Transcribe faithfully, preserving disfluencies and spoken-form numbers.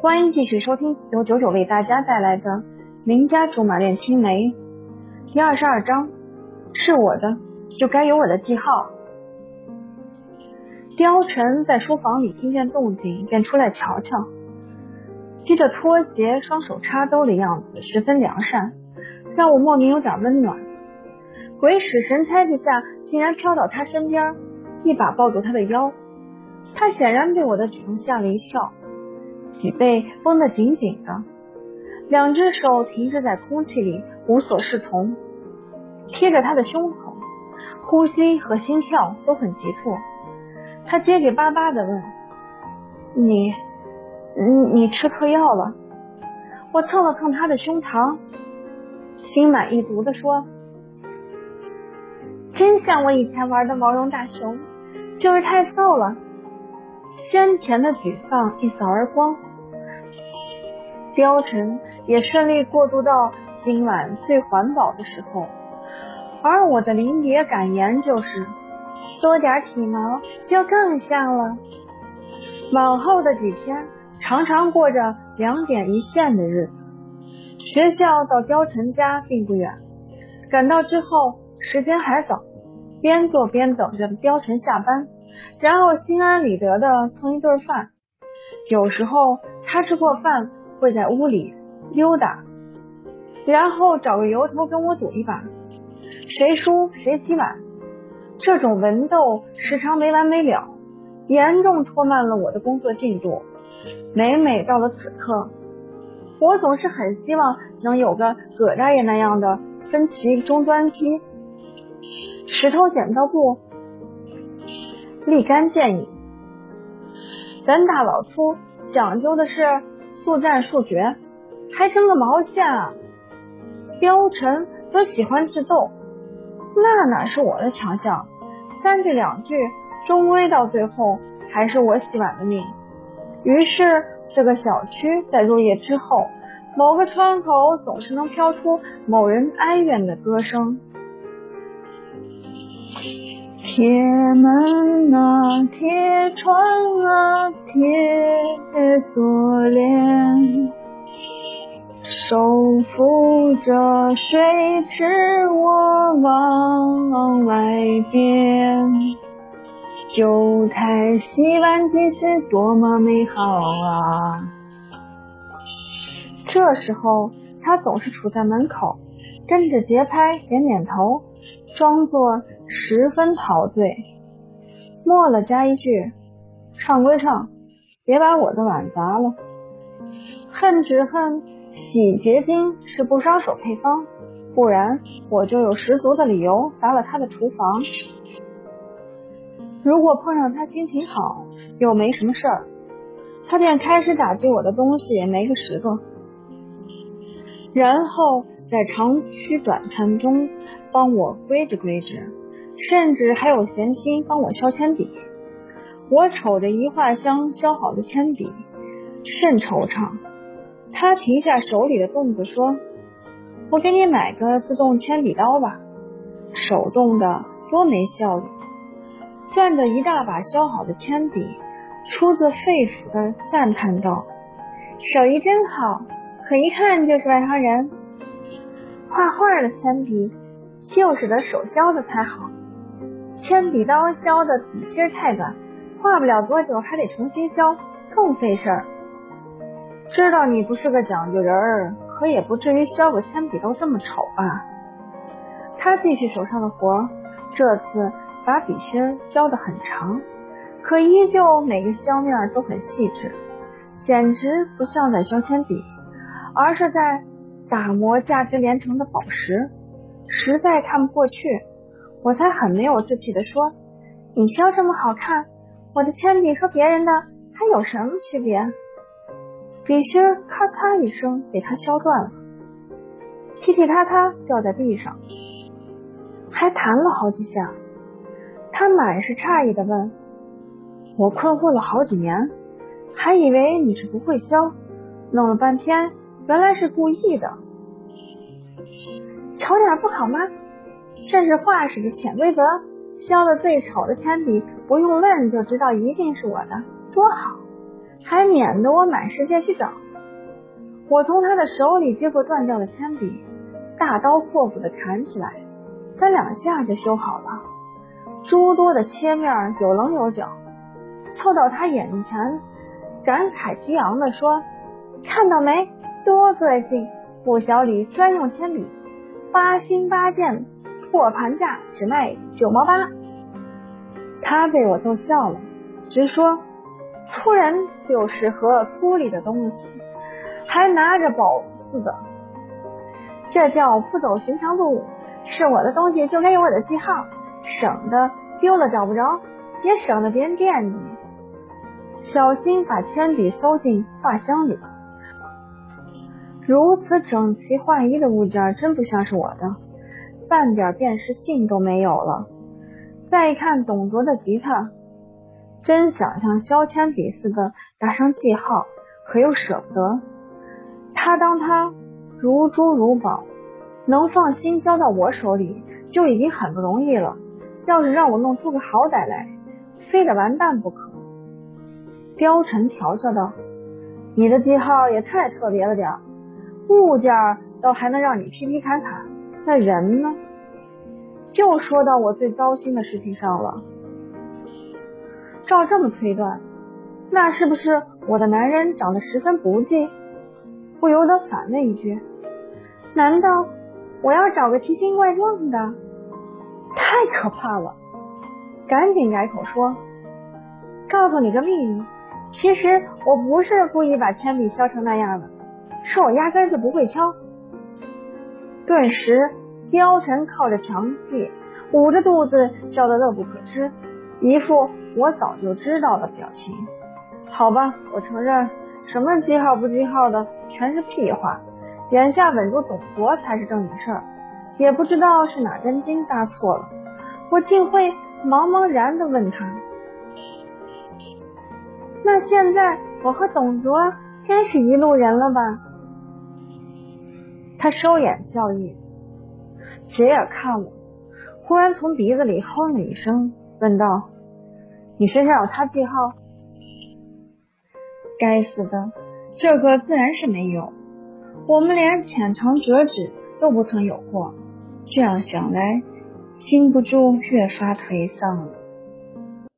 欢迎继续收听由九九为大家带来的名家竹马恋青梅第二十二章，是我的就该有我的记号。貂蝉在书房里听见动静便出来瞧瞧，系着拖鞋双手插兜的样子十分良善，让我莫名有点温暖。鬼使神差之下竟然飘到他身边，一把抱住他的腰。他显然被我的举动吓了一跳，脊背绷得紧紧的，两只手停滞在空气里无所适从，贴着他的胸口，呼吸和心跳都很急促。他结结巴巴地问，你你你吃错药了？我蹭了蹭他的胸膛，心满意足地说，真像我以前玩的毛绒大熊，就是太瘦了。先前的沮丧一扫而光，貂蝉也顺利过渡到今晚最环保的时候，而我的临别感言就是多点体毛就更像了。往后的几天常常过着两点一线的日子，学校到貂蝉家并不远，赶到之后时间还早，边做边等着貂蝉下班，然后心安理得的蹭一顿饭。有时候他吃过饭会在屋里溜达，然后找个由头跟我赌一把，谁输谁洗碗。这种文斗时常没完没了，严重拖慢了我的工作进度。每每到了此刻，我总是很希望能有个葛大爷那样的分歧终端机，石头剪刀布，立竿见影。咱大老粗讲究的是速战速决，还争个毛线啊！貂蝉则喜欢智斗，那哪是我的强项，三句两句终归到最后还是我洗碗的命。于是这个小区在入夜之后，某个窗口总是能飘出某人哀怨的歌声，铁门啊，铁窗啊，铁锁链，手扶着水池我往外边，九台洗碗机是多么美好啊！这时候他总是处在门口，跟着节拍点点头，装作十分陶醉，末了加一句，唱归唱，别把我的碗砸了。恨只恨洗洁精是不伤手配方，不然我就有十足的理由砸了他的厨房。如果碰上他心情好又没什么事儿，他便开始打击我的东西没个十个，然后在长吁短叹中帮我归置归置，甚至还有闲心帮我削铅笔。我瞅着一画箱削好的铅笔甚惆怅，他停下手里的动作说，我给你买个自动铅笔刀吧，手动的多没效率。攥着一大把削好的铅笔，出自肺腑的赞叹道，手艺真好，可一看就是外行人。画画的铅笔就是得手削的才好，铅笔刀削的笔芯太短，画不了多久还得重新削，更费事儿。知道你不是个讲究人儿，可也不至于削个铅笔都这么丑吧。他继续手上的活，这次把笔芯削得很长，可依旧每个削面都很细致，简直不像在削铅笔，而是在打磨价值连城的宝石，实在看不过去。我才很没有志气地说，你削这么好看，我的铅笔和别人的还有什么区别？笔芯咔嚓一声被他削断了，踢踢踏踏掉在地上，还弹了好几下。他满是诧异地问，我困惑了好几年，还以为你是不会削，弄了半天原来是故意的。丑点不好吗？这是画室的潜规则，削的最丑的铅笔不用问就知道一定是我的，多好，还免免得我满世界去找。我从他的手里接过断掉的铅笔，大刀阔斧地砍起来，三两下就修好了。诸多的切面有棱有角，凑到他眼前，感慨激昂地说：看到没，多个性，不小李专用铅笔，八星八件，破盘价只卖九毛八。他被我逗笑了，直说粗人就适合粗粝的东西，还拿着宝似的，这叫不走寻常路，是我的东西就该有我的记号，省得丢了找不着，也省得别人惦记。小心把铅笔收进画箱里。如此整齐划一的物件真不像是我的，半点辨识性都没有了。再一看董卓的吉他，真想像削铅笔似的打上记号，可又舍不得。他当他如珠如宝，能放心交到我手里就已经很不容易了，要是让我弄出个好歹来，非得完蛋不可。貂蝉调笑道：你的记号也太特别了点，物件倒还能让你劈劈砍砍，那人呢？又说到我最糟心的事情上了。照这么推断，那是不是我的男人长得十分不济？不由得反问一句：难道我要找个奇形怪状的？太可怕了！赶紧改口说：告诉你个秘密，其实我不是故意把铅笔削成那样的，是我压根就不会敲。顿时貂蝉靠着墙壁，捂着肚子笑得乐不可支，一副我早就知道的表情。好吧，我承认什么记号不记号的全是屁话，眼下稳住董卓才是正经事儿。也不知道是哪根筋搭错了，我竟会茫茫然地问他：那现在我和董卓该是一路人了吧？他收敛笑意，斜眼看我，忽然从鼻子里哼了一声，问道：你身上有他记号？该死的，这个自然是没有，我们连浅尝辄止都不曾有过。这样想来，禁不住越发颓丧了。